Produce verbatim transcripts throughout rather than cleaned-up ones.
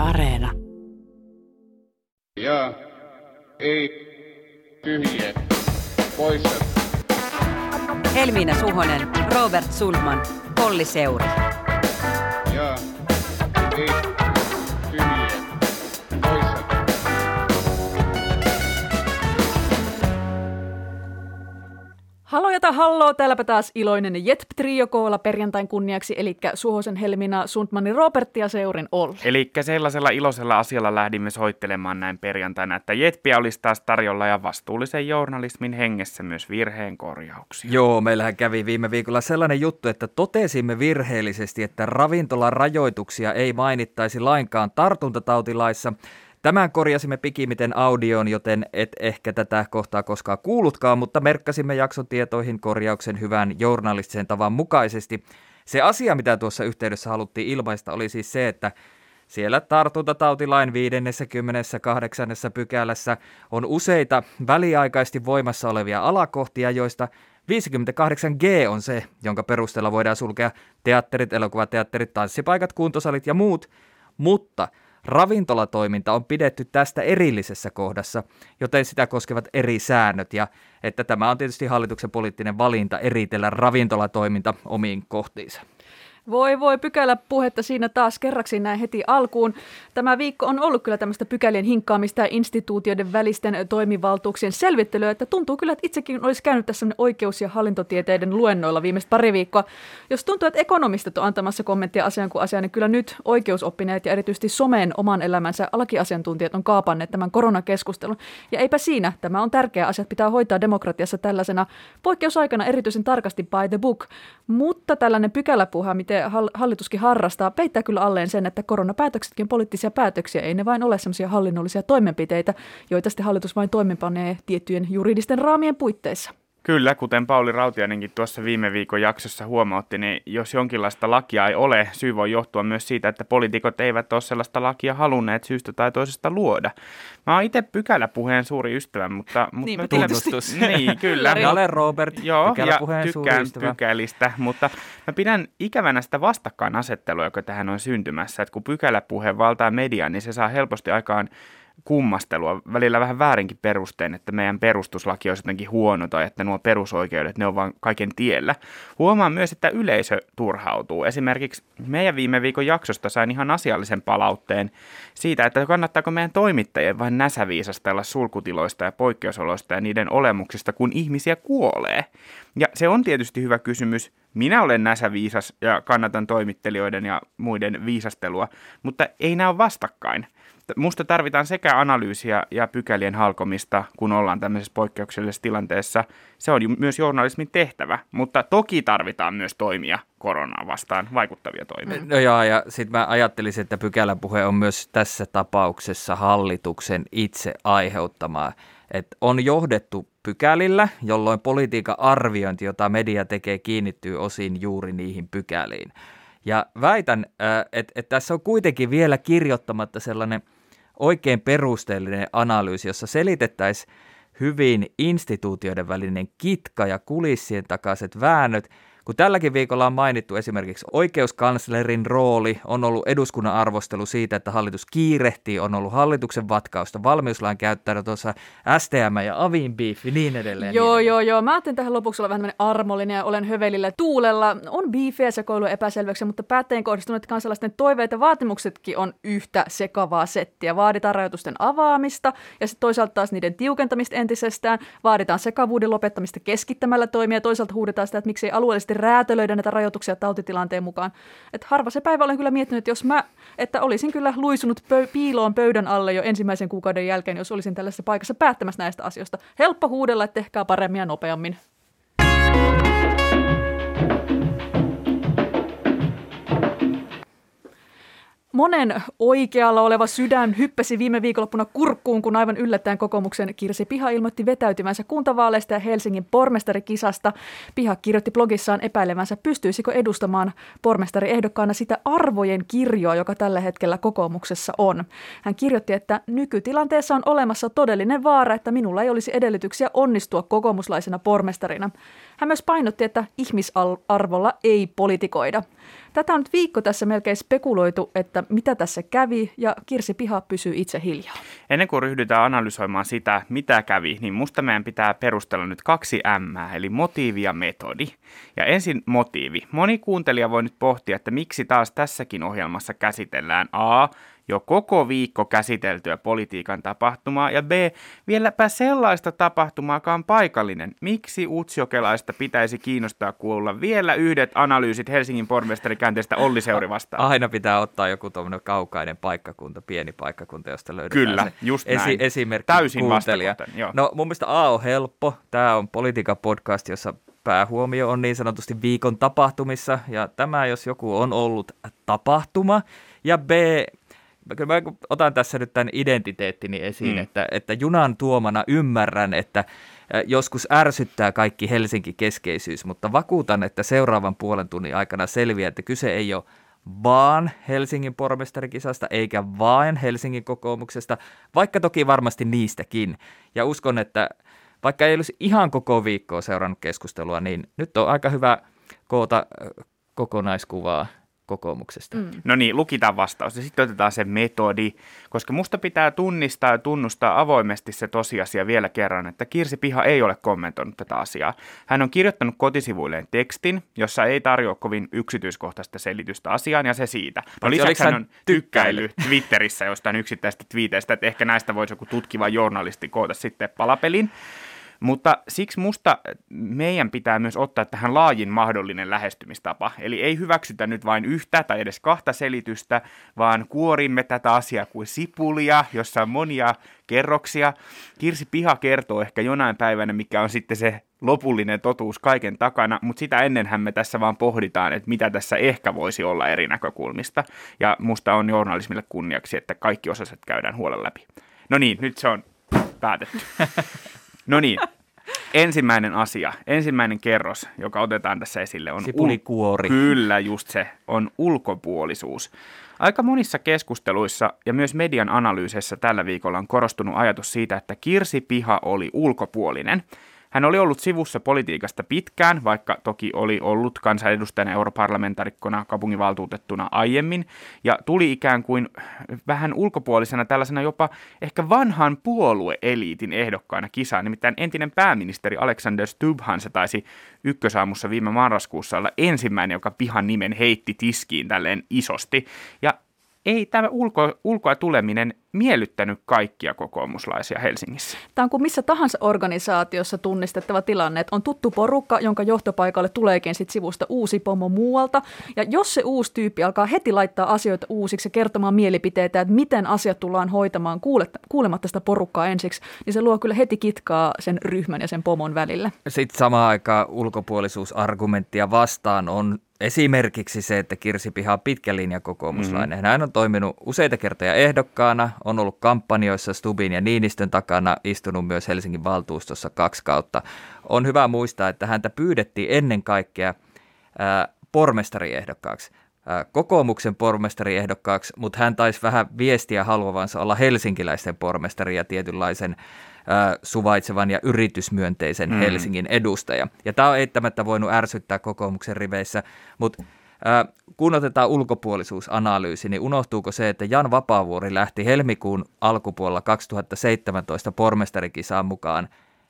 Areena. Ja ei tyhjiä poissa. Helmiina Suhonen, Robert Sundman, Olli Seuri. Ja ei tyhjiä poissa. Hallo jota halloo, täälläpä taas iloinen Jet-trio koolla perjantain kunniaksi, eli Suhosen, Helmiina, Sundmanin, Robert ja Seurin Olli. Elikkä sellaisella iloisella asialla lähdimme soittelemaan näin perjantaina, että Jetpiä olisi taas tarjolla ja vastuullisen journalismin hengessä myös virheen korjauksia. Joo, meillähän kävi viime viikolla sellainen juttu, että totesimme virheellisesti, että ravintolarajoituksia ei mainittaisi lainkaan tartuntatautilaissa. Tämän korjasimme pikimiten audioon, joten et ehkä tätä kohtaa koskaan kuullutkaan, mutta merkkasimme jakson tietoihin korjauksen hyvän journalistisen tavan mukaisesti. Se asia, mitä tuossa yhteydessä haluttiin ilmaista, oli siis se, että siellä tartuntatautilain viideskymmeneskahdeksas pykälässä on useita väliaikaisesti voimassa olevia alakohtia, joista viisikymmentäkahdeksan G on se, jonka perusteella voidaan sulkea teatterit, elokuvateatterit, tanssipaikat, kuntosalit ja muut, mutta ravintolatoiminta on pidetty tästä erillisessä kohdassa, joten sitä koskevat eri säännöt, ja että tämä on tietysti hallituksen poliittinen valinta eritellä ravintolatoiminta omiin kohtiinsa. Voi voi, pykälä puhetta siinä taas kerraksi näin heti alkuun. Tämä viikko on ollut kyllä tämmöistä pykälien hinkkaamista ja instituutioiden välisten toimivaltuuksien selvittelyä, että tuntuu kyllä, että itsekin olisi käynyt tässä oikeus- ja hallintotieteiden luennoilla viimeistä pari viikkoa. Jos tuntuu, että ekonomistit on antamassa kommenttia asiaan kuin asiaan, niin kyllä nyt oikeusoppineet ja erityisesti someen oman elämänsä lakiasiantuntijat on kaapanneet tämän koronakeskustelun. Ja eipä siinä, tämä on tärkeä asia, pitää hoitaa demokratiassa tällaisena poikkeusaikana erityisen tarkasti by the book, mutta tällainen pykäläpuha, miten hallituskin harrastaa, peittää kyllä alleen sen, että koronapäätöksetkin poliittisia päätöksiä, ei ne vain ole sellaisia hallinnollisia toimenpiteitä, joita sitten hallitus vain toimenpanee tiettyjen juridisten raamien puitteissa. Kyllä, kuten Pauli Rautiainenkin tuossa viime viikon jaksossa huomautti, niin jos jonkinlaista lakia ei ole, syy voi johtua myös siitä, että poliitikot eivät ole sellaista lakia halunneet syystä tai toisesta luoda. Mä oon itse pykäläpuheen suuri ystävä, mutta... Niin, mutta tunnustus. Niin, kyllä. Minä olen Robert, Joo, pykäläpuheen ja suuri tykkään ystävä. pykälistä, mutta mä pidän ikävänä sitä vastakkainasettelua, joka tähän on syntymässä, että kun pykäläpuhe valtaa mediaa, niin se saa helposti aikaan kummastelua, välillä vähän väärinkin perustein, että meidän perustuslaki olisi jotenkin huono tai että nuo perusoikeudet, ne on vaan kaiken tiellä. Huomaan myös, että yleisö turhautuu. Esimerkiksi meidän viime viikon jaksosta sain ihan asiallisen palautteen siitä, että kannattaako meidän toimittajien vain näsäviisastella sulkutiloista ja poikkeusoloista ja niiden olemuksista, kun ihmisiä kuolee. Ja se on tietysti hyvä kysymys. Minä olen näsäviisas ja kannatan toimittelijoiden ja muiden viisastelua, mutta ei nämä ole vastakkain. Musta tarvitaan sekä analyysiä ja pykälien halkomista, kun ollaan tämmöisessä poikkeuksellisessa tilanteessa. Se on myös journalismin tehtävä, mutta toki tarvitaan myös toimia koronaa vastaan, vaikuttavia toimia. No joo, ja sitten mä ajattelisin, että pykäläpuhe on myös tässä tapauksessa hallituksen itse aiheuttamaa. Että on johdettu pykälillä, jolloin politiikan arviointi, jota media tekee, kiinnittyy osin juuri niihin pykäliin. Ja väitän, että, että tässä on kuitenkin vielä kirjoittamatta sellainen oikein perusteellinen analyysi, jossa selitettäisiin hyvin instituutioiden välinen kitka ja kulissien takaiset väännöt. Kun tälläkin viikolla on mainittu esimerkiksi oikeuskanslerin rooli, on ollut eduskunnan arvostelu siitä, että hallitus kiirehtii, on ollut hallituksen vatkausta, valmiuslain käyttäjä tuossa S T M ja avin beef ja niin edelleen. Joo, niin joo, joo. Mä ajattelin tähän lopuksi olla vähän armollinen ja olen hövelillä tuulella. On beefejä sekoilua epäselväksi, mutta päättäjien kohdistuneet kansalaisten toiveet ja vaatimuksetkin on yhtä sekavaa settiä. Vaaditaan rajoitusten avaamista ja sitten toisaalta taas niiden tiukentamista entisestään. Vaaditaan sekavuuden lopettamista keskittämällä toimia ja toisaalta huudetaan sitä, että miksei alueellisesti räätälöidä näitä rajoituksia tautitilanteen mukaan. Et harva se päivä olen kyllä miettinyt, että jos mä, että olisin kyllä luisunut pö- piiloon pöydän alle jo ensimmäisen kuukauden jälkeen, jos olisin tällaisessa paikassa päättämässä näistä asioista. Helppo huudella, että tehkää paremmin ja nopeammin. Monen oikealla oleva sydän hyppäsi viime viikonloppuna kurkkuun, kun aivan yllättäen kokoomuksen Kirsi Piha ilmoitti vetäytymänsä kuntavaaleista ja Helsingin pormestarikisasta. Piha kirjoitti blogissaan epäilevänsä, pystyisikö edustamaan pormestariehdokkaana sitä arvojen kirjoa, joka tällä hetkellä kokoomuksessa on. Hän kirjoitti, että nykytilanteessa on olemassa todellinen vaara, että minulla ei olisi edellytyksiä onnistua kokoomuslaisena pormestarina. Hän myös painotti, että ihmisarvolla ei politikoida. Tätä on nyt viikko tässä melkein spekuloitu, että mitä tässä kävi, ja Kirsi Piha pysyy itse hiljaa. Ennen kuin ryhdytään analysoimaan sitä, mitä kävi, niin musta meidän pitää perustella nyt kaksi ämmää, eli motiivi ja metodi. Ja ensin motiivi. Moni kuuntelija voi nyt pohtia, että miksi taas tässäkin ohjelmassa käsitellään A, jo koko viikko käsiteltyä politiikan tapahtumaa, ja B, vieläpä sellaista tapahtumaakaan paikallinen. Miksi utsjokelaista pitäisi kiinnostaa kuulla vielä yhdet analyysit Helsingin pormestarikäänteestä Olli Seuri vastaan? Aina pitää ottaa joku tuommoinen kaukainen paikkakunta, pieni paikkakunta, josta löydetään Kyllä, se just esi- näin. esimerkki Täysin kuuntelija. vastakohtainen, joo. No mun mielestä A on helppo. Tämä on Politiikan podcast, jossa päähuomio on niin sanotusti viikon tapahtumissa, ja tämä, jos joku on ollut tapahtuma, ja B, kyllä mä otan tässä nyt tämän identiteettini esiin, mm. että, että junan tuomana ymmärrän, että joskus ärsyttää kaikki Helsinki-keskeisyys, mutta vakuutan, että seuraavan puolen tunnin aikana selviää, että kyse ei ole vaan Helsingin pormestarikisasta, eikä vain Helsingin kokoomuksesta, vaikka toki varmasti niistäkin. Ja uskon, että vaikka ei olisi ihan koko viikkoa seurannut keskustelua, niin nyt on aika hyvä koota kokonaiskuvaa kokoomuksesta. Mm. No niin, lukitaan vastaus ja sitten otetaan se metodi, koska musta pitää tunnistaa ja tunnustaa avoimesti se tosiasia vielä kerran, että Kirsi Piha ei ole kommentoinut tätä asiaa. Hän on kirjoittanut kotisivuilleen tekstin, jossa ei tarjoa kovin yksityiskohtaista selitystä asiaan, ja se siitä. No lisäksi hän on tykkäily Twitterissä jostain yksittäistä twiiteistä, että ehkä näistä voisi joku tutkiva journalisti koota sitten palapelin. Mutta siksi musta meidän pitää myös ottaa tähän laajin mahdollinen lähestymistapa. Eli ei hyväksytä nyt vain yhtä tai edes kahta selitystä, vaan kuorimme tätä asiaa kuin sipulia, jossa on monia kerroksia. Kirsi Piha kertoo ehkä jonain päivänä, mikä on sitten se lopullinen totuus kaiken takana, mutta sitä ennenhän me tässä vaan pohditaan, että mitä tässä ehkä voisi olla eri näkökulmista. Ja musta on journalismille kunniaksi, että kaikki osaset käydään huolella läpi. No niin, nyt se on päätetty. No niin, ensimmäinen asia, ensimmäinen kerros, joka otetaan tässä esille on... Sipulikuori. Ul- Kyllä, just se, on ulkopuolisuus. Aika monissa keskusteluissa ja myös median analyyseissa tällä viikolla on korostunut ajatus siitä, että Kirsi Piha oli ulkopuolinen. Hän oli ollut sivussa politiikasta pitkään, vaikka toki oli ollut kansanedustajana, europarlamentaarikkona, kaupunginvaltuutettuna aiemmin, ja tuli ikään kuin vähän ulkopuolisena tällaisena jopa ehkä vanhan puolueeliitin ehdokkaana kisaan. Nimittäin entinen pääministeri Alexander Stubbhan se taisi Ykkösaamussa viime marraskuussa olla ensimmäinen, joka Pihan nimen heitti tiskiin tälleen isosti, ja ei tämä ulko, ulkoa tuleminen miellyttänyt kaikkia kokoomuslaisia Helsingissä. Tämä on kuin missä tahansa organisaatiossa tunnistettava tilanne, että on tuttu porukka, jonka johtopaikalle tuleekin sit sivusta uusi pomo muualta. Ja jos se uusi tyyppi alkaa heti laittaa asioita uusiksi ja kertomaan mielipiteitä, että miten asiat tullaan hoitamaan kuulematta sitä porukkaa ensiksi, niin se luo kyllä heti kitkaa sen ryhmän ja sen pomon välille. Sitten samaan aikaan ulkopuolisuusargumenttia vastaan on esimerkiksi se, että Kirsi Piha on pitkä linja kokoomuslainen. Mm-hmm. Hän on toiminut useita kertoja ehdokkaana, on ollut kampanjoissa Stubbin ja Niinistön takana, istunut myös Helsingin valtuustossa kaksi kautta. On hyvä muistaa, että häntä pyydettiin ennen kaikkea ää, pormestariehdokkaaksi, ää, kokoomuksen pormestariehdokkaaksi, mutta hän taisi vähän viestiä haluavansa olla helsinkiläisten pormestari ja tietynlaisen ää, suvaitsevan ja yritysmyönteisen mm. Helsingin edustaja. Ja tämä on eittämättä voinut ärsyttää kokoomuksen riveissä, mutta Äh, kun otetaan ulkopuolisuusanalyysi, niin unohtuuko se, että Jan Vapaavuori lähti helmikuun alkupuolella kaksituhattaseitsemäntoista pormestarikisaan mukaan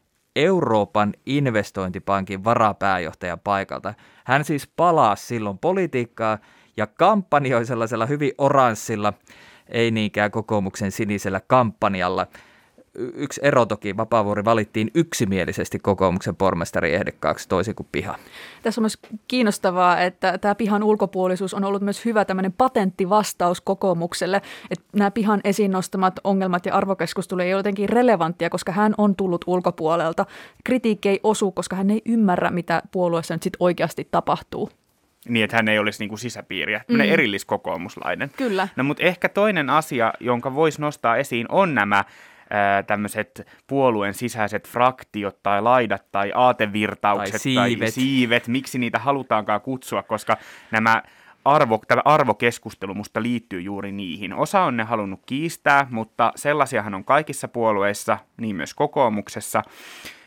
Euroopan investointipankin varapääjohtajan paikalta. Hän siis palasi silloin politiikkaa ja kampanjoi sellaisella hyvin oranssilla, ei niinkään kokoomuksen sinisellä kampanjalla. Yksi ero toki, Vapaavuori valittiin yksimielisesti kokoomuksen pormestariehdokkaaksi toisin kuin Piha. Tässä on myös kiinnostavaa, että tämä Pihan ulkopuolisuus on ollut myös hyvä tämmöinen patenttivastaus kokoomukselle, että nämä Pihan esiin nostamat ongelmat ja arvokeskustelu ei ole jotenkin relevanttia, koska hän on tullut ulkopuolelta. Kritiikki ei osu, koska hän ei ymmärrä, mitä puolueessa nyt sitten oikeasti tapahtuu. Niin, että hän ei olisi niin kuin sisäpiiriä, mm. erilliskokoomuslainen. Kyllä. No, mutta ehkä toinen asia, jonka voisi nostaa esiin, on nämä tämmöiset puolueen sisäiset fraktiot tai laidat tai aatevirtaukset tai siivet. tai siivet, miksi niitä halutaankaan kutsua, koska nämä arvo, tämä arvokeskustelu musta liittyy juuri niihin. Osa on ne halunnut kiistää, mutta sellaisiahan on kaikissa puolueissa, niin myös kokoomuksessa.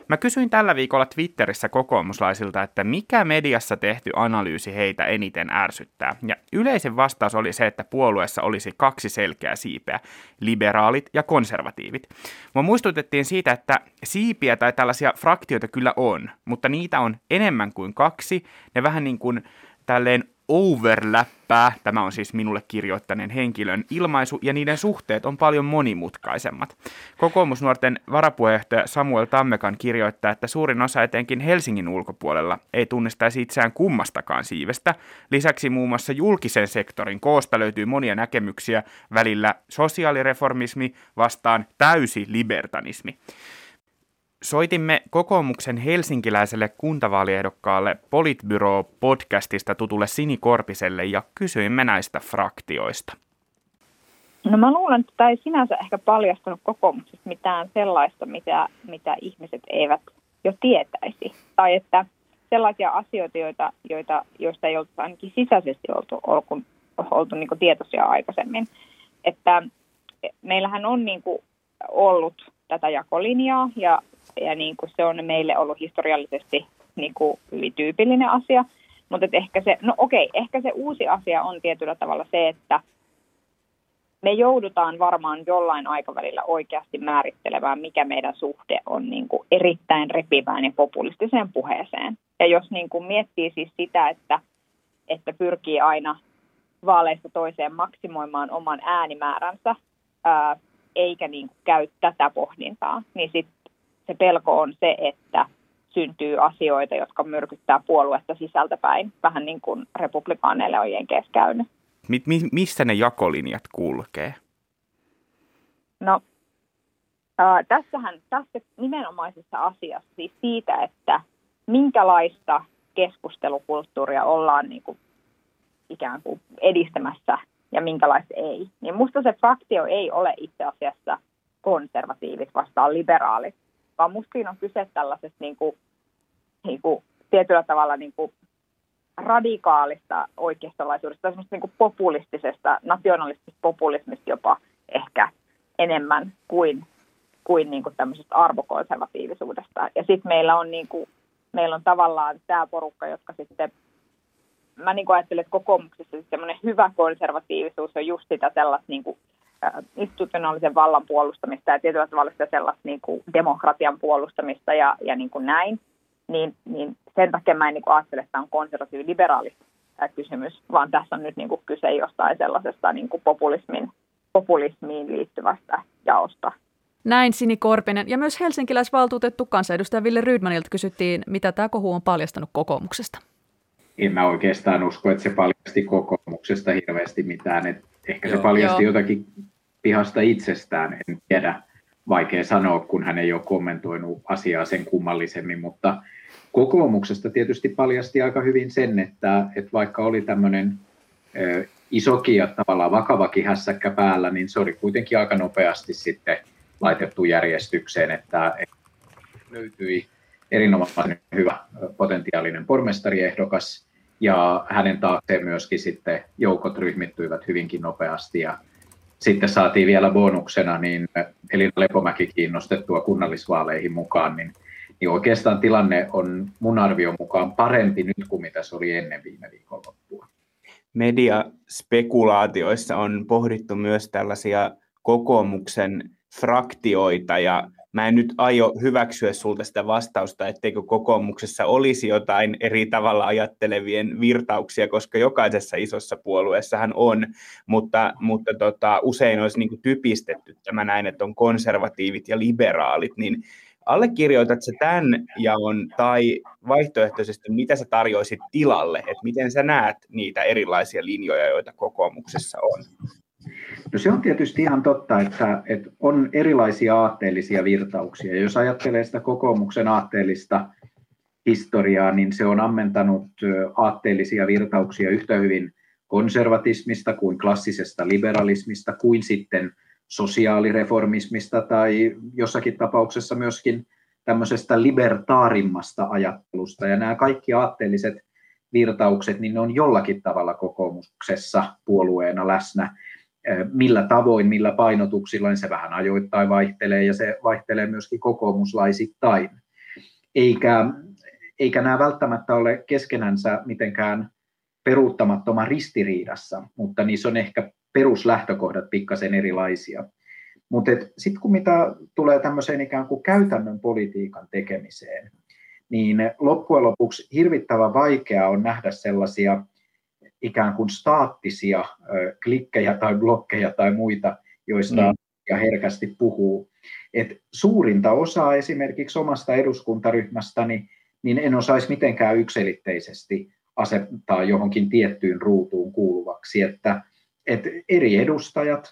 Mä kysyin tällä viikolla Twitterissä kokoomuslaisilta, että mikä mediassa tehty analyysi heitä eniten ärsyttää. Ja yleisin vastaus oli se, että puolueessa olisi kaksi selkeää siipeä, liberaalit ja konservatiivit. Mua muistutettiin siitä, että siipiä tai tällaisia fraktioita kyllä on, mutta niitä on enemmän kuin kaksi. Ne vähän niin kuin tälleen overlappää, tämä on siis minulle kirjoittaneen henkilön ilmaisu, ja niiden suhteet on paljon monimutkaisemmat. Kokoomusnuorten varapuheenjohtaja Samuel Tammekan kirjoittaa, että suurin osa etenkin Helsingin ulkopuolella ei tunnistaisi itseään kummastakaan siivestä. Lisäksi muun muassa julkisen sektorin koosta löytyy monia näkemyksiä välillä sosiaalireformismi vastaan täysi libertanismi. Soitimme kokoomuksen helsinkiläiselle kuntavaaliehdokkaalle Politbyro-podcastista tutulle Sini Korpiselle ja kysyimme näistä fraktioista. No mä luulen, että tämä ei sinänsä ehkä paljastanut kokoomuksesta mitään sellaista, mitä, mitä ihmiset eivät jo tietäisi. Tai että sellaisia asioita, joita, joita, joista ei oltu ainakin sisäisesti oltu, oltu, oltu niin kuin tietoisia aikaisemmin. Että meillähän on niin kuin ollut tätä jakolinjaa ja Ja niin kuin se on meille ollut historiallisesti niin kuin hyvin tyypillinen asia. Mutta ehkä se, no okei, ehkä se uusi asia on tietyllä tavalla se, että me joudutaan varmaan jollain aikavälillä oikeasti määrittelemään, mikä meidän suhde on niin kuin erittäin repivään ja populistiseen puheeseen. Ja jos niin kuin miettii siis sitä, että, että pyrkii aina vaaleista toiseen maksimoimaan oman äänimääränsä, ää, eikä niin kuin käy tätä pohdintaa, niin sitten se pelko on se, että syntyy asioita, jotka myrkyttää puoluetta sisältäpäin, vähän niin kuin republikaaneille on jenkeissä käynyt. Mi- missä ne jakolinjat kulkee? No, äh, tässähän, tässä nimenomaisessa asiassa, siis siitä, että minkälaista keskustelukulttuuria ollaan niin kuin ikään kuin edistämässä ja minkälaista ei, niin musta se fraktio ei ole itse asiassa konservatiivit vastaan liberaalit, vaan musta siinä on kyse tällaisesta niin kuin, niin kuin, tietyllä tavalla niin kuin radikaalista oikeistolaisuudesta, tai semmoista niin kuin populistisesta, nationalistisesta populismista jopa ehkä enemmän kuin, kuin, niin kuin tämmöisestä arvokonservatiivisuudesta. Ja sitten meillä on, niin kuin, meillä on tavallaan tämä porukka, jotka sitten, mä niin kuin ajattelen, että kokoomuksessa semmoinen hyvä konservatiivisuus on just sitä sellaista niin kuin institutionaalisen vallan puolustamista ja tietyllä tavalla sitä sellaista niin kuin demokratian puolustamista ja, ja niin kuin näin, niin, niin sen takia mä en niin kuin ajattele, että tämä on konservatiivi-liberaali kysymys, vaan tässä on nyt niin kuin kyse jostain sellaisesta niin kuin populismin, populismiin liittyvästä jaosta. Näin Sini Korpinen. Ja myös helsinkiläisvaltuutettu kansanedustaja Ville Rydmanilta kysyttiin, mitä tämä kohu on paljastanut kokoomuksesta. En mä oikeastaan usko, että se paljasti kokoomuksesta hirveästi mitään. Et ehkä Joo. se paljasti Joo. jotakin pihasta itsestään, en tiedä. Vaikea sanoa, kun hän ei ole kommentoinut asiaa sen kummallisemmin, mutta kokoomuksesta tietysti paljasti aika hyvin sen, että, että vaikka oli tämmöinen ö, isokin ja tavallaan vakavakin hässäkkä päällä, niin se oli kuitenkin aika nopeasti sitten laitettu järjestykseen, että, että löytyi erinomaisen hyvä potentiaalinen pormestariehdokas ja hänen taakseen myöskin sitten joukot ryhmittyivät hyvinkin nopeasti ja sitten saatiin vielä bonuksena niin Elina Lepomäki kiinnostettua kunnallisvaaleihin mukaan, niin, niin oikeastaan tilanne on mun arvion mukaan parempi nyt kuin mitä se oli ennen viime viikonloppua. Mediaspekulaatioissa on pohdittu myös tällaisia kokoomuksen fraktioita ja mä en nyt aio hyväksyä sulta sitä vastausta, etteikö kokoomuksessa olisi jotain eri tavalla ajattelevien virtauksia, koska jokaisessa isossa puolueessahan on, mutta, mutta tota, usein olisi niin kuin typistetty tämä näin, että on konservatiivit ja liberaalit, niin allekirjoitat sä tämän jaon tai vaihtoehtoisesti, mitä sä tarjoisit tilalle, että miten sä näet niitä erilaisia linjoja, joita kokoomuksessa on? No se on tietysti ihan totta, että, että on erilaisia aatteellisia virtauksia. Jos ajattelee sitä kokoomuksen aatteellista historiaa, niin se on ammentanut aatteellisia virtauksia yhtä hyvin konservatismista kuin klassisesta liberalismista kuin sitten sosiaalireformismista tai jossakin tapauksessa myöskin tämmöisestä libertaarimmasta ajattelusta. Ja nämä kaikki aatteelliset virtaukset, niin ne on jollakin tavalla kokoomuksessa puolueena läsnä. Millä tavoin, millä painotuksilla, niin se vähän ajoittain vaihtelee ja se vaihtelee myöskin kokoomuslaisittain. eikä, eikä nämä välttämättä ole keskenänsä mitenkään peruuttamattoman ristiriidassa, mutta niissä on ehkä peruslähtökohdat pikkasen erilaisia. Mutta sitten kun mitä tulee tämmöiseen ikään kuin käytännön politiikan tekemiseen, niin loppujen lopuksi hirvittävän vaikeaa on nähdä sellaisia ikään kuin staattisia ö, klikkejä tai blokkeja tai muita, joista mm. ja herkästi puhuu. Et suurinta osaa esimerkiksi omasta eduskuntaryhmästäni, niin en osaisi mitenkään yksiselitteisesti asettaa johonkin tiettyyn ruutuun kuuluvaksi, että, että eri edustajat,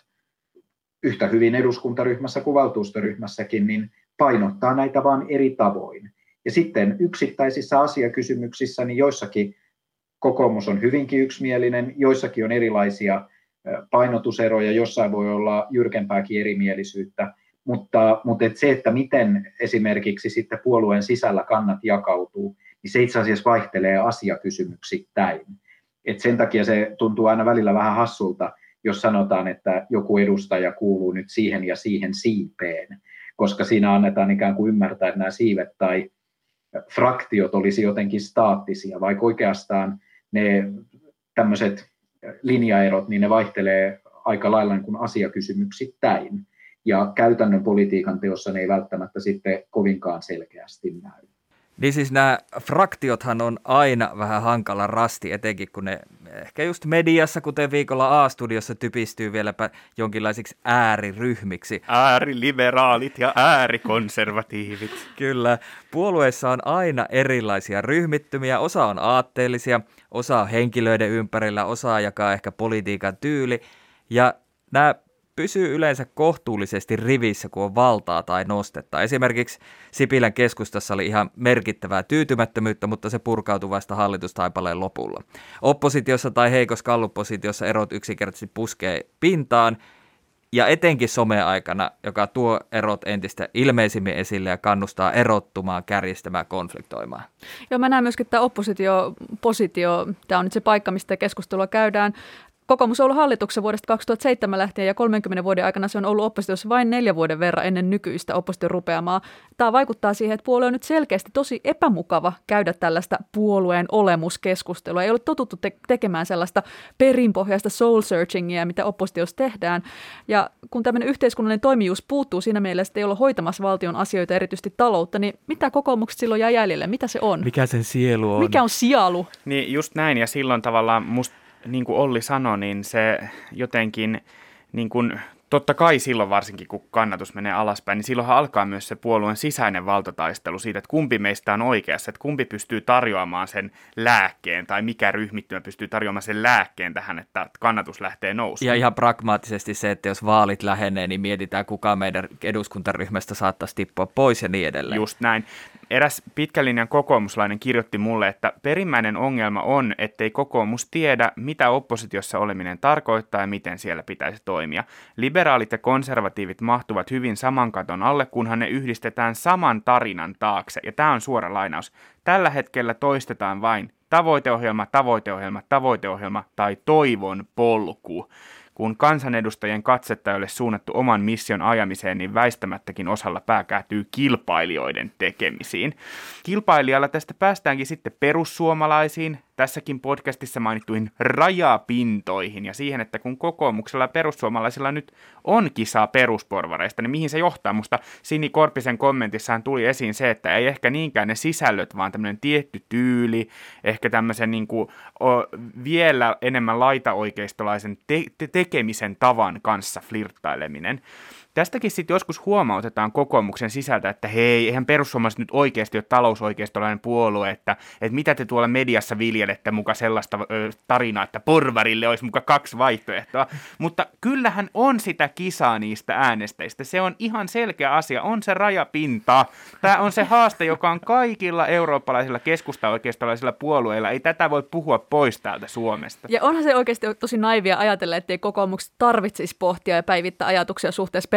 yhtä hyvin eduskuntaryhmässä kuin valtuustoryhmässäkin, niin painottaa näitä vain eri tavoin. Ja sitten yksittäisissä asiakysymyksissä, niin joissakin kokoomus on hyvinkin yksimielinen, joissakin on erilaisia painotuseroja, jossain voi olla jyrkempääkin erimielisyyttä, mutta, mutta et se, että miten esimerkiksi sitten puolueen sisällä kannat jakautuu, niin se itse asiassa vaihtelee asiakysymyksittäin. Et sen takia se tuntuu aina välillä vähän hassulta, jos sanotaan, että joku edustaja kuuluu nyt siihen ja siihen siipeen, koska siinä annetaan ikään kuin ymmärtää, että nämä siivet tai fraktiot olisi jotenkin staattisia, vaikka oikeastaan ne tämmöiset linjaerot, niin ne vaihtelee aika lailla niin kuin asiakysymyksittäin. Ja käytännön politiikan teossa ne ei välttämättä sitten kovinkaan selkeästi näy. Niin siis nämä fraktiothan on aina vähän hankala rasti, etenkin kun ne ehkä just mediassa, kuten viikolla A-studiossa, typistyy vieläpä jonkinlaisiksi ääriryhmiksi. Ääriliberaalit ja äärikonservatiivit. Kyllä. Puolueissa on aina erilaisia ryhmittymiä. Osa on aatteellisia, osa on henkilöiden ympärillä, osa jakaa ehkä politiikan tyyli. Ja nämä pysyy yleensä kohtuullisesti rivissä, kun on valtaa tai nostetta. Esimerkiksi Sipilän keskustassa oli ihan merkittävää tyytymättömyyttä, mutta se purkautui vasta hallitustaipaleen lopulla. Oppositiossa tai heikossa galluppositiossa erot yksinkertaisesti puskee pintaan, ja etenkin someaikana, joka tuo erot entistä ilmeisimmin esille ja kannustaa erottumaan, kärjistämään, konfliktoimaan. Joo, mä näen myöskin, että oppositio-positio, tämä on nyt se paikka, mistä keskustelua käydään. Kokoomus on ollut hallituksessa vuodesta kaksituhattaseitsemän lähtien ja kolmenkymmenen vuoden aikana se on ollut oppositiossa vain neljä vuoden verran ennen nykyistä opposition rupeamaa. Tämä vaikuttaa siihen, että puolue on nyt selkeästi tosi epämukava käydä tällaista puolueen olemuskeskustelua. Ei ole totuttu te- tekemään sellaista perinpohjaista soul searchingia, mitä oppositiossa tehdään. Ja kun tämmöinen yhteiskunnallinen toimijuus puuttuu siinä mielessä, että ei ole hoitamassa valtion asioita, erityisesti taloutta, niin mitä kokoomuksesta silloin jää jäljelle? Mitä se on? Mikä sen sielu on? Mikä on sielu? Niin just näin, ja silloin tavallaan musta, niin kuin Olli sanoi, niin se jotenkin, niin kuin, totta kai silloin varsinkin, kun kannatus menee alaspäin, niin silloinhan alkaa myös se puolueen sisäinen valtataistelu siitä, että kumpi meistä on oikeassa, että kumpi pystyy tarjoamaan sen lääkkeen, tai mikä ryhmittymä pystyy tarjoamaan sen lääkkeen tähän, että kannatus lähtee nousuun. Ja ihan pragmaattisesti se, että jos vaalit lähenee, niin mietitään, kuka meidän eduskuntaryhmästä saattaisi tippua pois ja niin edelleen. Just näin. Eräs pitkän linjan kokoomuslainen kirjoitti mulle, että perimmäinen ongelma on, ettei kokoomus tiedä, mitä oppositiossa oleminen tarkoittaa ja miten siellä pitäisi toimia. Liberaalit ja konservatiivit mahtuvat hyvin saman katon alle, kunhan ne yhdistetään saman tarinan taakse. Ja tämä on suora lainaus. Tällä hetkellä toistetaan vain tavoiteohjelma, tavoiteohjelma, tavoiteohjelma tai toivon polku. Kun kansanedustajien katsetta ei ole suunnattu oman mission ajamiseen, niin väistämättäkin osalla pää kääntyy kilpailijoiden tekemisiin. Kilpailijalla tästä päästäänkin sitten perussuomalaisiin, tässäkin podcastissa mainittuihin rajapintoihin ja siihen, että kun kokoomuksella ja perussuomalaisilla nyt on kisaa perusporvareista, niin mihin se johtaa? Musta Sini Korpisen kommentissaan tuli esiin se, että ei ehkä niinkään ne sisällöt, vaan tämmöinen tietty tyyli, ehkä tämmöisen niin kuin, o, vielä enemmän laitaoikeistolaisen te- te- tekemisen tavan kanssa flirttaileminen. Tästäkin sitten joskus huomautetaan kokoomuksen sisältä, että hei, eihän perussuomalaiset nyt oikeasti ole talousoikeistolainen puolue, että, että mitä te tuolla mediassa viljelette muka sellaista ö, tarinaa, että porvarille olisi muka kaksi vaihtoehtoa. Mutta kyllähän on sitä kisaa niistä äänestäjistä. Se on ihan selkeä asia, on se rajapinta. Tämä on se haaste, joka on kaikilla eurooppalaisilla keskustaoikeistolaisilla puolueilla. Ei tätä voi puhua pois täältä Suomesta. Ja onhan se oikeasti tosi naivia ajatella, ettei kokoomuksesta tarvitsisi pohtia ja päivittää ajatuksia suhteessa perussuomalaisiin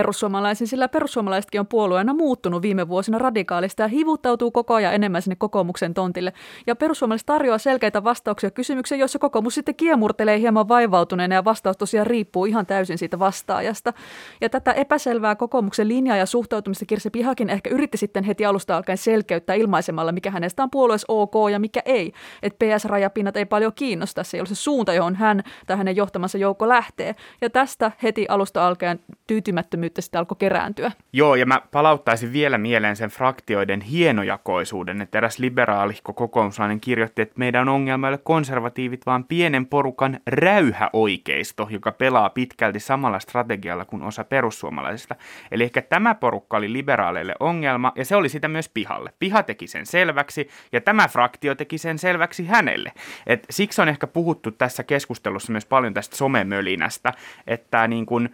perussuomalaisiin, sillä perussuomalaisetkin on puolueena muuttunut viime vuosina radikaalista ja hivuttautuu koko ajan enemmän sinne kokoomuksen tontille. Ja perussuomalaiset tarjoaa selkeitä vastauksia kysymyksiin, joissa kokoomus sitten kiemurtelee hieman vaivautuneena ja vastaus tosiaan riippuu ihan täysin siitä vastaajasta. Ja tätä epäselvää kokoomuksen linjaa ja suhtautumista Kirsi Pihakin ehkä yritti sitten heti alusta alkaen selkeyttää ilmaisemalla, mikä hänestä on puolueessa ok ja mikä ei. Että P S-rajapinnat ei paljon kiinnosta, se ei ole se suunta, johon hän tai hänen johtamansa joukko lähtee. Ja tästä heti alusta alkaen tyytymättömyyttä sitten alkoi kerääntyä. Joo, ja mä palauttaisin vielä mieleen sen fraktioiden hienojakoisuuden, että eräs liberaalikko kokoomuslainen kirjoitti, että meidän ongelma ei ole konservatiivit, vaan pienen porukan räyhäoikeisto, joka pelaa pitkälti samalla strategialla kuin osa perussuomalaisista. Eli ehkä tämä porukka oli liberaaleille ongelma, ja se oli sitä myös Pihalle. Piha teki sen selväksi, ja tämä fraktio teki sen selväksi hänelle. Et siksi on ehkä puhuttu tässä keskustelussa myös paljon tästä somemölinästä, että niin kuin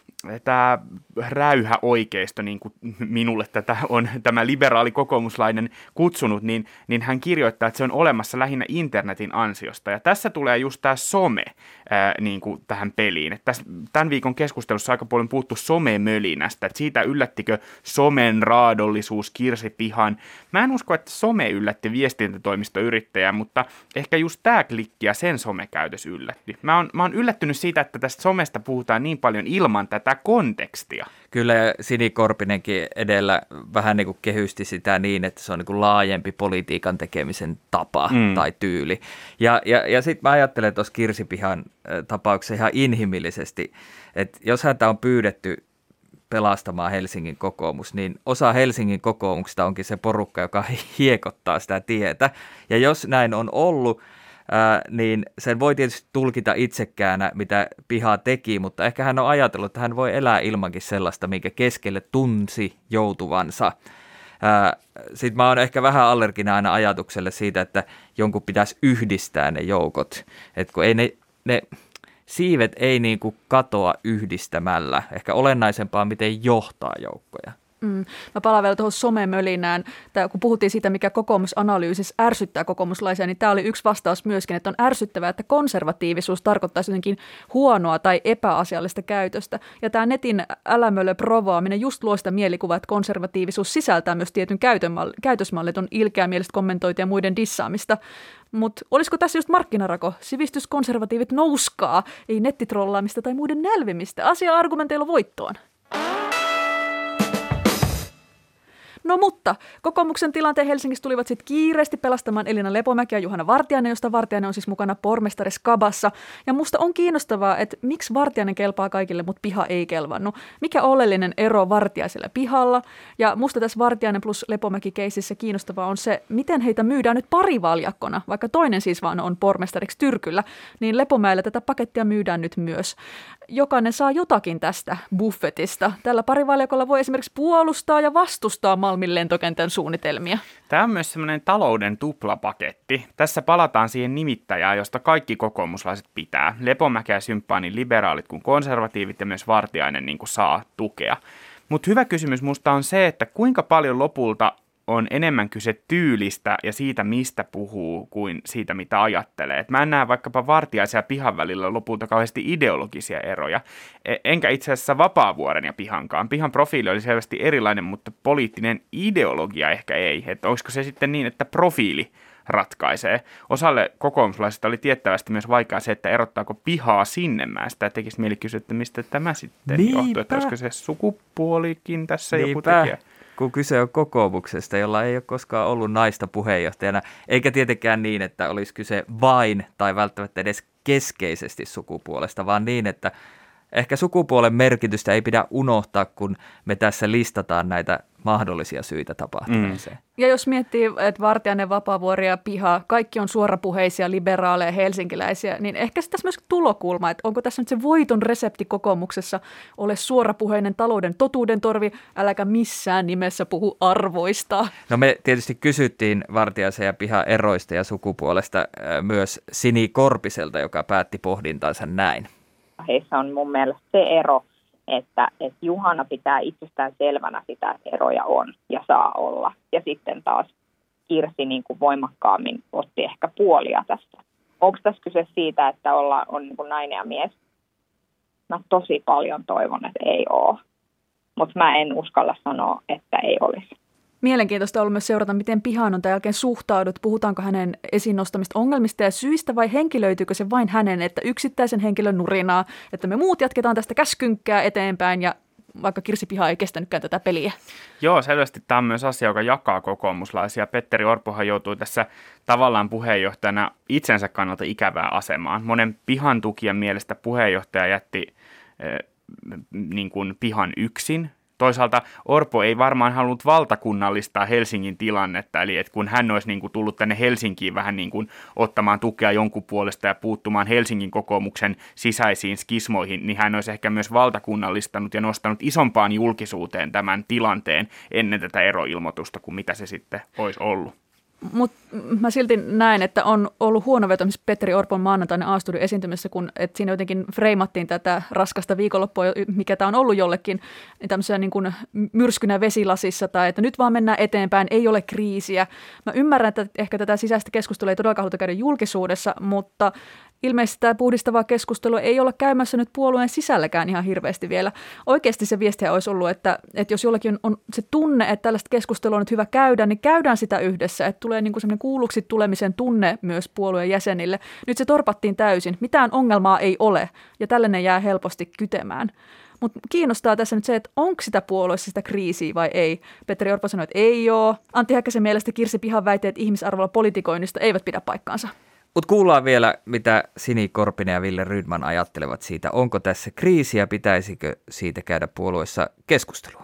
tämä räyhäoikeisto, niin kuin minulle tätä on tämä liberaali kokoomuslainen kutsunut, niin, niin hän kirjoittaa, että se on olemassa lähinnä internetin ansiosta. Ja tässä tulee just tämä some ää, niin kuin tähän peliin. Että tässä, tämän viikon keskustelussa aika paljon puhuttu somemölinästä, että siitä yllättikö somen raadollisuus Kirsi Pihan. Mä en usko, että some yllätti viestintätoimistoyrittäjää, mutta ehkä just tämä klikki ja sen somekäytös yllätti. Mä oon, mä oon yllättynyt siitä, että tästä somesta puhutaan niin paljon ilman tätä kontekstia. Kyllä Sini Korpinenkin edellä vähän niin kuin kehysti sitä niin, että se on niin kuin laajempi politiikan tekemisen tapa mm. tai tyyli. Ja, ja, ja sitten mä ajattelen tuossa Kirsi Pihan tapauksessa ihan inhimillisesti, että jos häntä on pyydetty pelastamaan Helsingin kokoomus, niin osa Helsingin kokoomuksesta onkin se porukka, joka hiekottaa sitä tietä. Ja jos näin on ollut, Ää, niin sen voi tietysti tulkita itsekäänä, mitä Piha teki, mutta ehkä hän on ajatellut, että hän voi elää ilmankin sellaista, minkä keskelle tunsi joutuvansa. Sitten mä oon ehkä vähän allerginen aina ajatukselle siitä, että jonkun pitäisi yhdistää ne joukot, että kun ei ne, ne siivet ei niin kuin katoa yhdistämällä, ehkä olennaisempaa miten johtaa joukkoja. Mm. Mä palaan vielä tuohon somemölinään. Tää, kun puhuttiin siitä, mikä kokoomusanalyysissä ärsyttää kokoomuslaisia, niin tämä oli yksi vastaus myöskin, että on ärsyttävää, että konservatiivisuus tarkoittaisi jotenkin huonoa tai epäasiallista käytöstä. Ja tämä netin älämölö provoaminen just luo sitä mielikuvaa, että konservatiivisuus sisältää myös tietyn käytösmallit, on ilkeämielistä kommentointia ja muiden dissaamista. Mutta olisiko tässä just markkinarako? Sivistyskonservatiivit nouskaa, ei nettitrollaamista tai muiden nälvimistä. Asia-argumenteilla voittoon. No mutta kokoomuksen tilanteen Helsingissä tulivat sitten kiireesti pelastamaan Elina Lepomäki ja Juhana Vartiainen, josta Vartiainen on siis mukana pormestari Skabassa. Ja musta on kiinnostavaa, että miksi Vartiainen kelpaa kaikille, mutta Piha ei kelvannut. Mikä oleellinen ero Vartiaisella ja Pihalla? Ja musta tässä Vartiainen plus Lepomäki-keisissä kiinnostavaa on se, miten heitä myydään nyt parivaljakkona, vaikka toinen siis vaan on pormestariksi Tyrkyllä, niin Lepomäellä tätä pakettia myydään nyt myös. Jokainen saa jotakin tästä buffetista. Tällä parivaljakolla voi esimerkiksi puolustaa ja vastustaa Malmin lentokentän suunnitelmia. Tämä on myös semmoinen talouden tuplapaketti. Tässä palataan siihen nimittäjään, josta kaikki kokoomuslaiset pitää. Lepomäkeä symppaa niin liberaalit kuin konservatiivit ja myös Vartiainen niin kuin saa tukea. Mutta hyvä kysymys musta on se, että kuinka paljon lopulta on enemmän kyse tyylistä ja siitä, mistä puhuu, kuin siitä, mitä ajattelee. Et mä en näe vaikkapa Vartiaisen ja Pihan välillä lopulta kauheasti ideologisia eroja. Enkä itse asiassa Vapaavuoren ja Pihankaan. Pihan profiili oli selvästi erilainen, mutta poliittinen ideologia ehkä ei. Että olisiko se sitten niin, että profiili ratkaisee. Osalle kokoomuslaisista oli tiettävästi myös vaikea se, että erottaako Pihaa Sinnemäestä. Ja tekisi mieli kysyä, että mistä tämä sitten Niinpä. johtuu. Että olisiko se sukupuolikin tässä Niinpä. joku tekijä. Kun kyse on kokoomuksesta, jolla ei ole koskaan ollut naista puheenjohtajana, eikä tietenkään niin, että olisi kyse vain tai välttämättä edes keskeisesti sukupuolesta, vaan niin, että ehkä sukupuolen merkitystä ei pidä unohtaa, kun me tässä listataan näitä mahdollisia syitä tapahtumiseen. Mm. Ja jos miettii, että Vartiainen, Vapaavuori ja Piha, kaikki on suorapuheisia, liberaaleja, helsinkiläisiä, niin ehkä se tässä myös tulokulma, että onko tässä nyt se voiton resepti kokoomuksessa, ole suorapuheinen talouden totuuden torvi, äläkä missään nimessä puhu arvoista. No me tietysti kysyttiin Vartiaisen ja Piha eroista ja sukupuolesta myös Sini Korpiselta, joka päätti pohdintansa näin. Heissä on mun mielestä se ero, että, että Juhana pitää itsestään selvänä sitä, että eroja on ja saa olla. Ja sitten taas Kirsi niin kuin voimakkaammin otti ehkä puolia tässä. Onko tässä kyse siitä, että olla, on niin kuin nainen ja mies? Mä tosi paljon toivon, että ei ole. mutta mä en uskalla sanoa, että ei olisi. Mielenkiintoista on ollut myös seurata, miten Pihaan on tämän jälkeen suhtaudut. Puhutaanko hänen esiin nostamista ongelmista ja syistä vai henkilöityykö se vain hänen, että yksittäisen henkilön nurinaa, että me muut jatketaan tästä käskynkkää eteenpäin ja vaikka Kirsi Piha ei kestänytkään tätä peliä. Joo, selvästi tämä on myös asia, joka jakaa kokoomuslaisia. Petteri Orpohan joutui tässä tavallaan puheenjohtajana itsensä kannalta ikävää asemaan. Monen Pihan tukijan mielestä puheenjohtaja jätti äh, niin kuin Pihan yksin. Toisaalta Orpo ei varmaan halunnut valtakunnallistaa Helsingin tilannetta, eli että kun hän olisi niin kuin tullut tänne Helsinkiin vähän niin kuin ottamaan tukea jonkun puolesta ja puuttumaan Helsingin kokoomuksen sisäisiin skismoihin, niin hän olisi ehkä myös valtakunnallistanut ja nostanut isompaan julkisuuteen tämän tilanteen ennen tätä eroilmoitusta kuin mitä se sitten olisi ollut. Mutta mä silti näen, että on ollut huono veto Petteri Orpon maanantainen A-studio esiintymisessä, kun et siinä jotenkin freimattiin tätä raskasta viikonloppua, mikä tämä on ollut jollekin, niin tämmöisenä niin kuin myrskynä vesilasissa tai että nyt vaan mennään eteenpäin, ei ole kriisiä. Mä ymmärrän, että ehkä tätä sisäistä keskustelua ei todellakaan haluta käydä julkisuudessa, mutta ilmeisesti tämä puhdistavaa keskustelua ei olla käymässä nyt puolueen sisälläkään ihan hirveästi vielä. Oikeasti se viestiä olisi ollut, että, että jos jollakin on se tunne, että tällaista keskustelua on nyt hyvä käydä, niin käydään sitä yhdessä, että tulee niin kuin semmoinen kuulluksi tulemisen tunne myös puolueen jäsenille. Nyt se torpattiin täysin. Mitään ongelmaa ei ole ja tällainen jää helposti kytemään. Mutta kiinnostaa tässä nyt se, että onko sitä puolueessa sitä kriisiä vai ei. Petteri Orpo sanoi, että ei ole. Antti Häkkäsen mielestä Kirsi Pihan väitteet ihmisarvolla politikoinnista eivät pidä paikkaansa. Mutta kuullaan vielä, mitä Sini Korpinen ja Ville Rydman ajattelevat siitä. Onko tässä kriisiä, pitäisikö siitä käydä puolueessa keskustelua?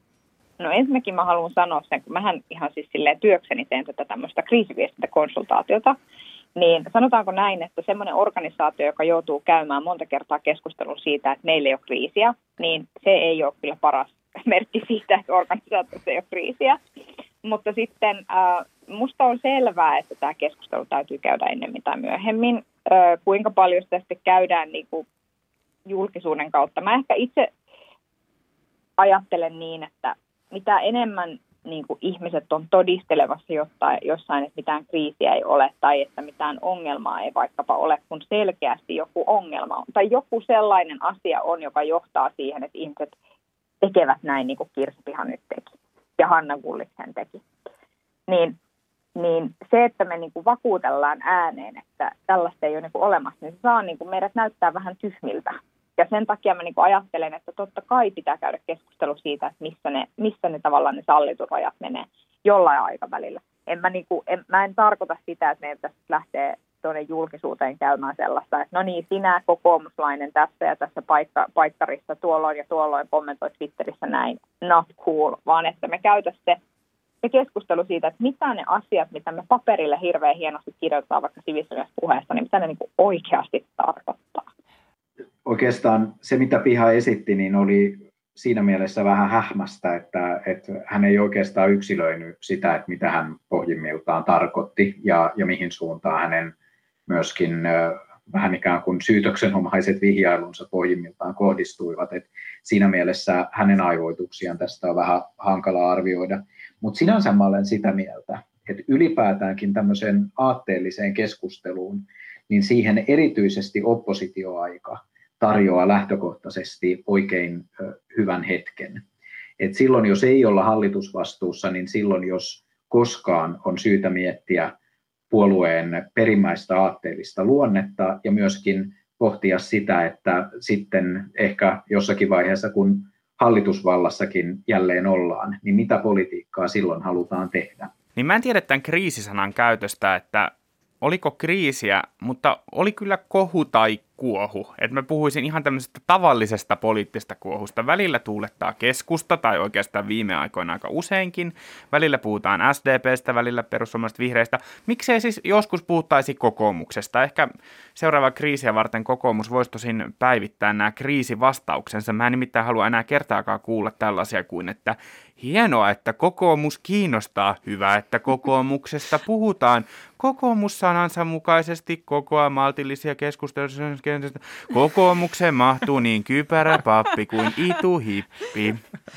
No ensinnäkin mä haluan sanoa sen, kun mähän ihan siis silleen työkseni teen tätä tämmöistä kriisiviestintäkonsultaatiota, niin sanotaanko näin, että semmoinen organisaatio, joka joutuu käymään monta kertaa keskustelua siitä, että meillä ei ole kriisiä, niin se ei ole kyllä paras merkki siitä, että organisaatiossa ei ole kriisiä. Mutta sitten äh, musta on selvää, että tämä keskustelu täytyy käydä ennemmin tai myöhemmin. Äh, kuinka paljon sitä sitten käydään niin kuin julkisuuden kautta. Mä ehkä itse ajattelen niin, että mitä enemmän niin kuin ihmiset on todistelevassa jotain, jossain, että mitään kriisiä ei ole tai että mitään ongelmaa ei vaikkapa ole, kun selkeästi joku ongelma on. Tai joku sellainen asia on, joka johtaa siihen, että ihmiset tekevät näin, niin kuin Kirsi Piha nyt teki ja Hanna Gulliksen teki. Niin, niin se, että me niin kuin vakuutellaan ääneen, että tällaista ei ole niin kuin olemassa, niin se saa niin kuin meidät näyttää vähän tyhmiltä. Ja sen takia mä niin kuin ajattelen, että totta kai pitää käydä keskustelu siitä, että missä ne, missä ne tavallaan ne sallitut rajat menee jollain aikavälillä. En mä, niin kuin, en, mä en tarkoita sitä, että meidän pitäisi lähteä tuonne julkisuuteen käymään sellaista, että no niin, sinä kokoomuslainen tässä ja tässä paikka, paikkarissa tuolloin ja tuolloin kommentoi Twitterissä näin, not cool, vaan että me käytäisiin se, se keskustelu siitä, että mitä ne asiat, mitä me paperille hirveän hienosti kirjoitetaan vaikka sivistyneessä puheessa, niin mitä ne niin kuin oikeasti tarkoittaa. Oikeastaan se, mitä Piha esitti, niin oli siinä mielessä vähän hähmästä, että, että hän ei oikeastaan yksilöinyt sitä, että mitä hän pohjimmiltaan tarkoitti ja, ja mihin suuntaan hänen myöskin vähän ikään kuin syytöksenomaiset vihjailunsa pohjimmiltaan kohdistuivat. Et siinä mielessä hänen aivoituksiaan tästä on vähän hankala arvioida. Mutta sinänsä mä olen sitä mieltä, että ylipäätäänkin tämmöiseen aatteelliseen keskusteluun, niin siihen erityisesti oppositioaika tarjoaa lähtökohtaisesti oikein hyvän hetken. Et silloin, jos ei olla hallitusvastuussa, niin silloin, jos koskaan on syytä miettiä puolueen perimmäistä aatteellista luonnetta ja myöskin pohtia sitä, että sitten ehkä jossakin vaiheessa, kun hallitusvallassakin jälleen ollaan, niin mitä politiikkaa silloin halutaan tehdä. Niin mä en tiedä tämän kriisisanan käytöstä, että oliko kriisiä, mutta oli kyllä kohu tai kuohu. Että mä puhuisin ihan tämmöisestä tavallisesta poliittisesta kuohusta. Välillä tuulettaa keskusta, tai oikeastaan viime aikoina aika useinkin. Välillä puhutaan S D P:stä, välillä perussuomalaiset vihreistä. Miksei siis joskus puhuttaisi kokoomuksesta? Ehkä seuraava kriisiä varten kokoomus voisi tosin päivittää nämä kriisivastauksensa. Mä en nimittäin halua enää kertaakaan kuulla tällaisia kuin, että hienoa, että kokoomus kiinnostaa. Hyvä, että kokoomuksesta puhutaan. Kokoomussanansa mukaisesti kokoaa maltillisia keskusteluja. Kokoomukseen mahtuu niin kypärä pappi kuin ituhippi.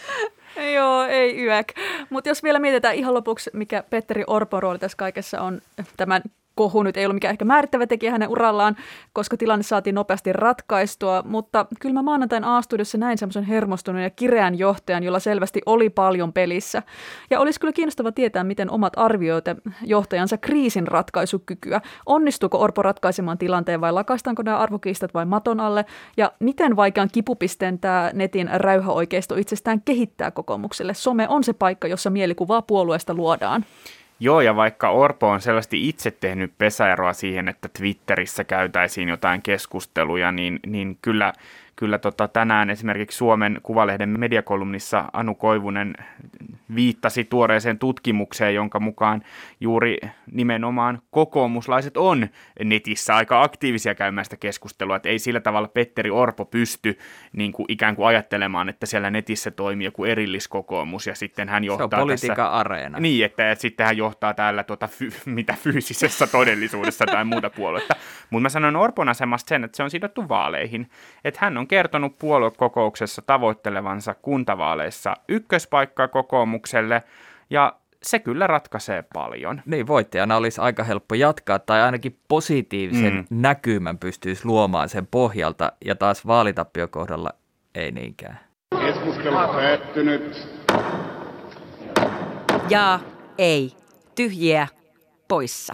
Joo, ei yäk. Mutta jos vielä mietitään ihan lopuksi, mikä Petteri Orpon rooli tässä kaikessa on tämän kohu nyt ei ollut mikään ehkä määrittävä tekijä hänen urallaan, koska tilanne saatiin nopeasti ratkaistua, mutta kyllä mä maanantain A-studiossa näin semmoisen hermostuneen ja kireän johtajan, jolla selvästi oli paljon pelissä. Ja olisi kyllä kiinnostava tietää, miten omat arvioit johtajansa kriisin ratkaisukykyä. Onnistuuko Orpo ratkaisemaan tilanteen vai lakaistaanko nämä arvokiistat vai maton alle? Ja miten vaikean kipupisteen tämä netin räyhäoikeisto itsestään kehittää kokoomukselle? Some on se paikka, jossa mielikuvaa puolueesta luodaan. Joo, ja vaikka Orpo on selvästi itse tehnyt pesäeroa siihen, että Twitterissä käytäisiin jotain keskusteluja, niin, niin kyllä, kyllä tota, tänään esimerkiksi Suomen Kuvalehden mediakolumnissa Anu Koivunen viittasi tuoreeseen tutkimukseen, jonka mukaan juuri nimenomaan kokoomuslaiset on netissä aika aktiivisia käymään sitä keskustelua, että ei sillä tavalla Petteri Orpo pysty niin kuin ikään kuin ajattelemaan, että siellä netissä toimii joku erilliskokoomus ja sitten hän johtaa tässä... Se on politiikan tässä, areena. Niin, että, että sitten hän johtaa täällä tuota, fy, mitä fyysisessä todellisuudessa tai muuta puoluetta. Mutta mä sanon Orpon asemasta sen, että se on sidottu vaaleihin, että hän on kertonut puoluekokouksessa tavoittelevansa kuntavaaleissa ykköspaikkaa kokoomukselle, ja se kyllä ratkaisee paljon. Niin, voittajana olisi aika helppo jatkaa, tai ainakin positiivisen mm. näkymän pystyisi luomaan sen pohjalta, ja taas vaalitappiokohdalla ei niinkään. Keskustelu päättynyt. Jaa, ei, tyhjiä, poissa.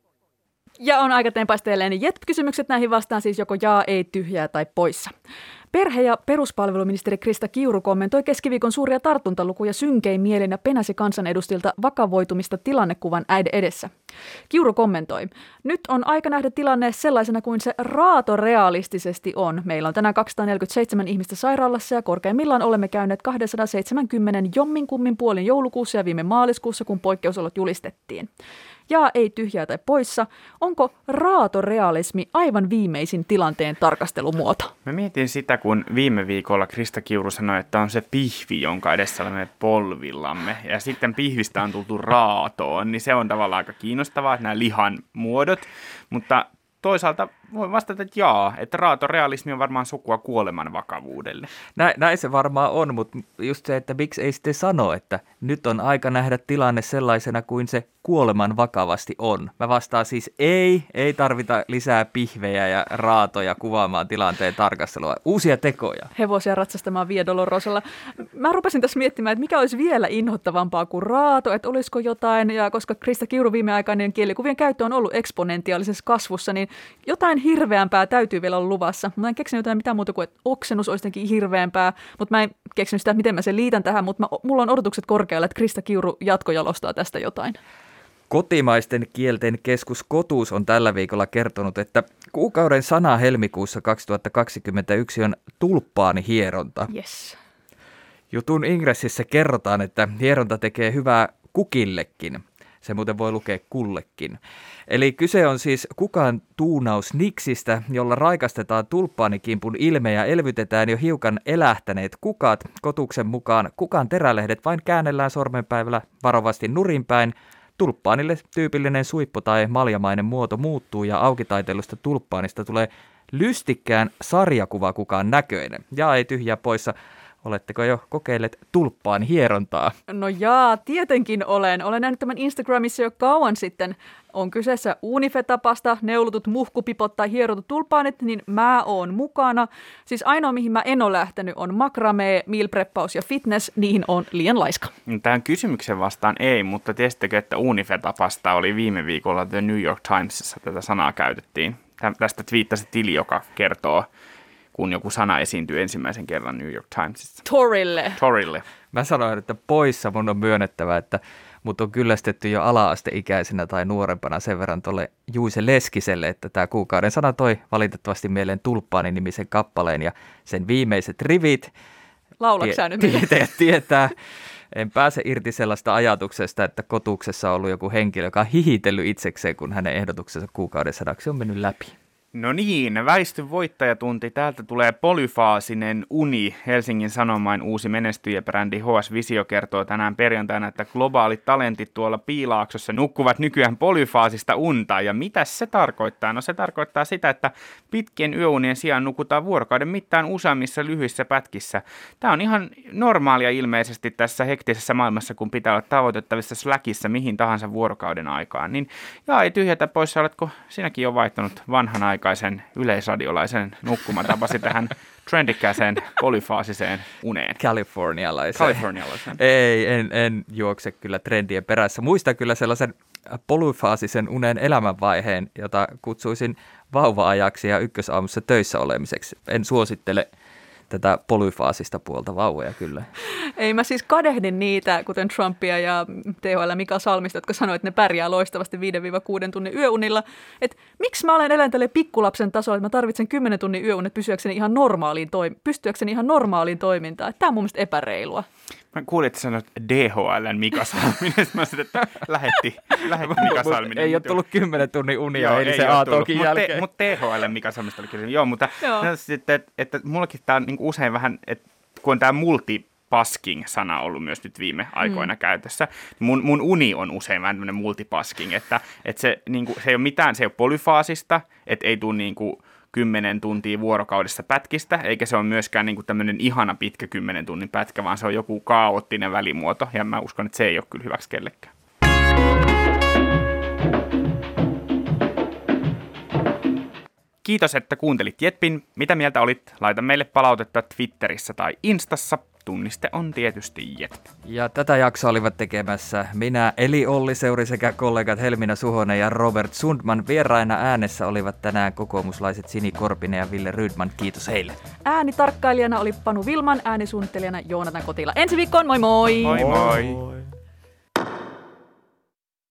Ja on aika tempaisteelleen J E T P-kysymykset näihin vastaan siis joko jaa, ei, tyhjää tai poissa. Perhe- ja peruspalveluministeri Krista Kiuru kommentoi keskiviikon suuria tartuntalukuja synkein mielin ja penäsi kansanedustilta vakavoitumista tilannekuvan äiden edessä. Kiuru kommentoi, nyt on aika nähdä tilanne sellaisena kuin se raatorealistisesti on. Meillä on tänään kaksisataaneljäkymmentäseitsemän ihmistä sairaalassa ja korkeimmillaan olemme käyneet kaksisataaseitsemänkymmentä jomminkummin puolin joulukuussa ja viime maaliskuussa, kun poikkeusolot julistettiin. Jaa, ei, tyhjää tai poissa. Onko raatorealismi aivan viimeisin tilanteen tarkastelumuoto? Mä mietin sitä, kun viime viikolla Krista Kiuru sanoi, että on se pihvi, jonka edessä olemme polvillamme. Ja sitten pihvistä on tultu raatoon, niin se on tavallaan aika kiinnostavaa, että nämä lihan muodot. Mutta toisaalta voi vastata, että jaa, että raatorealismi on varmaan sukua kuoleman vakavuudelle. Näin, näin se varmaan on, mutta just se, että miksi ei sitten sano, että nyt on aika nähdä tilanne sellaisena kuin se kuoleman vakavasti on. Mä vastaan siis ei, ei tarvita lisää pihvejä ja raatoja kuvaamaan tilanteen tarkastelua. Uusia tekoja. Hevosia ratsastamaan Via Dolorosalla. Mä rupesin tässä miettimään, että mikä olisi vielä inhottavampaa kuin raato, että olisiko jotain, ja koska Krista Kiuru viimeaikainen kielikuvien käyttö on ollut eksponentiaalisessa kasvussa, niin jotain hirveämpää täytyy vielä olla luvassa. Mä en keksinyt jotain mitään muuta kuin, että oksennus olisi jotenkin hirveämpää, mutta mä en keksinyt sitä, miten mä sen liitän tähän, mutta mä, mulla on odotukset korkealla, että Krista Kiuru jatkojalostaa tästä jotain. Kotimaisten kielten keskus Kotuus on tällä viikolla kertonut, että kuukauden sana helmikuussa kaksituhattakaksikymmentäyksi on tulppaanihieronta. Yes. Jutun ingressissä kerrotaan, että hieronta tekee hyvää kukillekin. Se muuten voi lukea kullekin. Eli kyse on siis kukaan tuunaus niksistä, jolla raikastetaan tulppaanikimpun ilme ja elvytetään jo hiukan elähtäneet kukat. Kotuksen mukaan kukan terälehdet vain käännellään sormenpäivällä varovasti nurinpäin. Tulppaanille tyypillinen suippo tai maljamainen muoto muuttuu ja aukitaitelusta tulppaanista tulee lystikkään sarjakuvakukaan näköinen. Ja ei tyhjää poissa. Oletteko jo kokeilleet tulppaan hierontaa? No jaa, tietenkin olen. Olen nähnyt tämän Instagramissa jo kauan sitten. On kyseessä Unife-tapasta, neulutut muhkupipot tai hierotut tulppaanit, niin mä oon mukana. Siis ainoa, mihin mä en ole lähtenyt, on makramee, meal preppaus ja fitness. Niihin on liian laiska. Tähän kysymyksen vastaan ei, mutta tiesittekö, että Unife-tapasta oli viime viikolla The New York Timesissa tätä sanaa käytettiin. Tästä twiittasi tili, joka kertoo, kun joku sana esiintyy ensimmäisen kerran New York Timesissa. Torille. Torille. Mä sanoin, että poissa mun on myönnettävä, että mut on kyllästetty jo ala-asteikäisenä tai nuorempana sen verran tuolle Juise Leskiselle, että tämä kuukauden sana toi valitettavasti mieleen Tulppaani nimisen kappaleen ja sen viimeiset rivit. Laulaks sä nyt? Tietää, tietää. En pääse irti sellaista ajatuksesta, että Kotuksessa on ollut joku henkilö, joka on hihitellyt itsekseen, kun hänen ehdotuksensa kuukauden sanaksi on mennyt läpi. No niin, väistyn voittajatunti. Täältä tulee Polyfaasinen uni. Helsingin Sanomain uusi menestyjäbrändi H S Visio kertoo tänään perjantaina, että globaalit talentit tuolla Piilaaksossa nukkuvat nykyään polyfaasista unta. Ja mitä se tarkoittaa? No se tarkoittaa sitä, että pitkien yöunien sijaan nukutaan vuorokauden mittaan useammissa lyhyissä pätkissä. Tämä on ihan normaalia ilmeisesti tässä hektisessä maailmassa, kun pitää olla tavoitettavissa Slackissa mihin tahansa vuorokauden aikaan. Niin jaa, ei tyhjätä pois, oletko sinäkin jo vaihtanut vanhan aikaisen yleisradiolaisen nukkumatapasi tähän trendikkääseen polyfaasiseen uneen? Kalifornialaisen. Kalifornialaisen. Ei, en, en juokse kyllä trendien perässä. Muistan kyllä sellaisen polyfaasisen unen elämänvaiheen, jota kutsuisin vauva-ajaksi ja ykkösaamussa töissä olemiseksi. En suosittele tätä polyfaasista puolta vauvoja kyllä. Ei, mä siis kadehdin niitä, kuten Trumpia ja T H L Mika Salmista, jotka sanoivat, että ne pärjää loistavasti viiden kuuden tunnin yöunilla. Että miksi mä olen elän tälle pikkulapsen tasolla, että mä tarvitsen kymmenen tunnin yöunet pysyäkseni ihan normaaliin, toim- pystyäkseni ihan normaaliin toimintaan. Tämä on mun mielestä epäreilua. Mä kuulin, että sanoit D H L:n Mika Salminen. Mä sanoin, että lähetti, lähetti Mika Salminen. Ei ole tullut kymmenen tunnin unia Joo, eilisen A-talkin jälkeen. Mutta T H L:n Mika Salmista oli kyllä. Joo, mutta Joo. sitten, että, että mullakin tämä on niin usein vähän, että kun on tämä multipasking-sana ollut myös nyt viime aikoina mm. käytössä, niin mun, mun uni on usein vähän tämmöinen multipasking, että, että se, niin kuin, se ei ole mitään, se ei ole polyfaasista, että ei tule niin kuin kymmenen tuntia vuorokaudessa pätkistä, eikä se ole myöskään niin kuin tämmöinen ihana pitkä kymmenen tunnin pätkä, vaan se on joku kaoottinen välimuoto, ja mä uskon, että se ei ole kyllä hyväksi kellekään. Kiitos, että kuuntelit Jetpin. Mitä mieltä olit? Laita meille palautetta Twitterissä tai Instassa. Tunniste on tietysti Jetp. Ja tätä jaksoa olivat tekemässä minä, eli Olli Seuri sekä kollegat Helmina Suhonen ja Robert Sundman. Vieraina äänessä olivat tänään kokoomuslaiset Sini Korpinen ja Ville Rydman. Kiitos heille. Äänitarkkailijana oli Panu Vilman, äänisuunnittelijana Joonatan Kotila. Ensi viikkoon, moi moi! Moi moi! moi.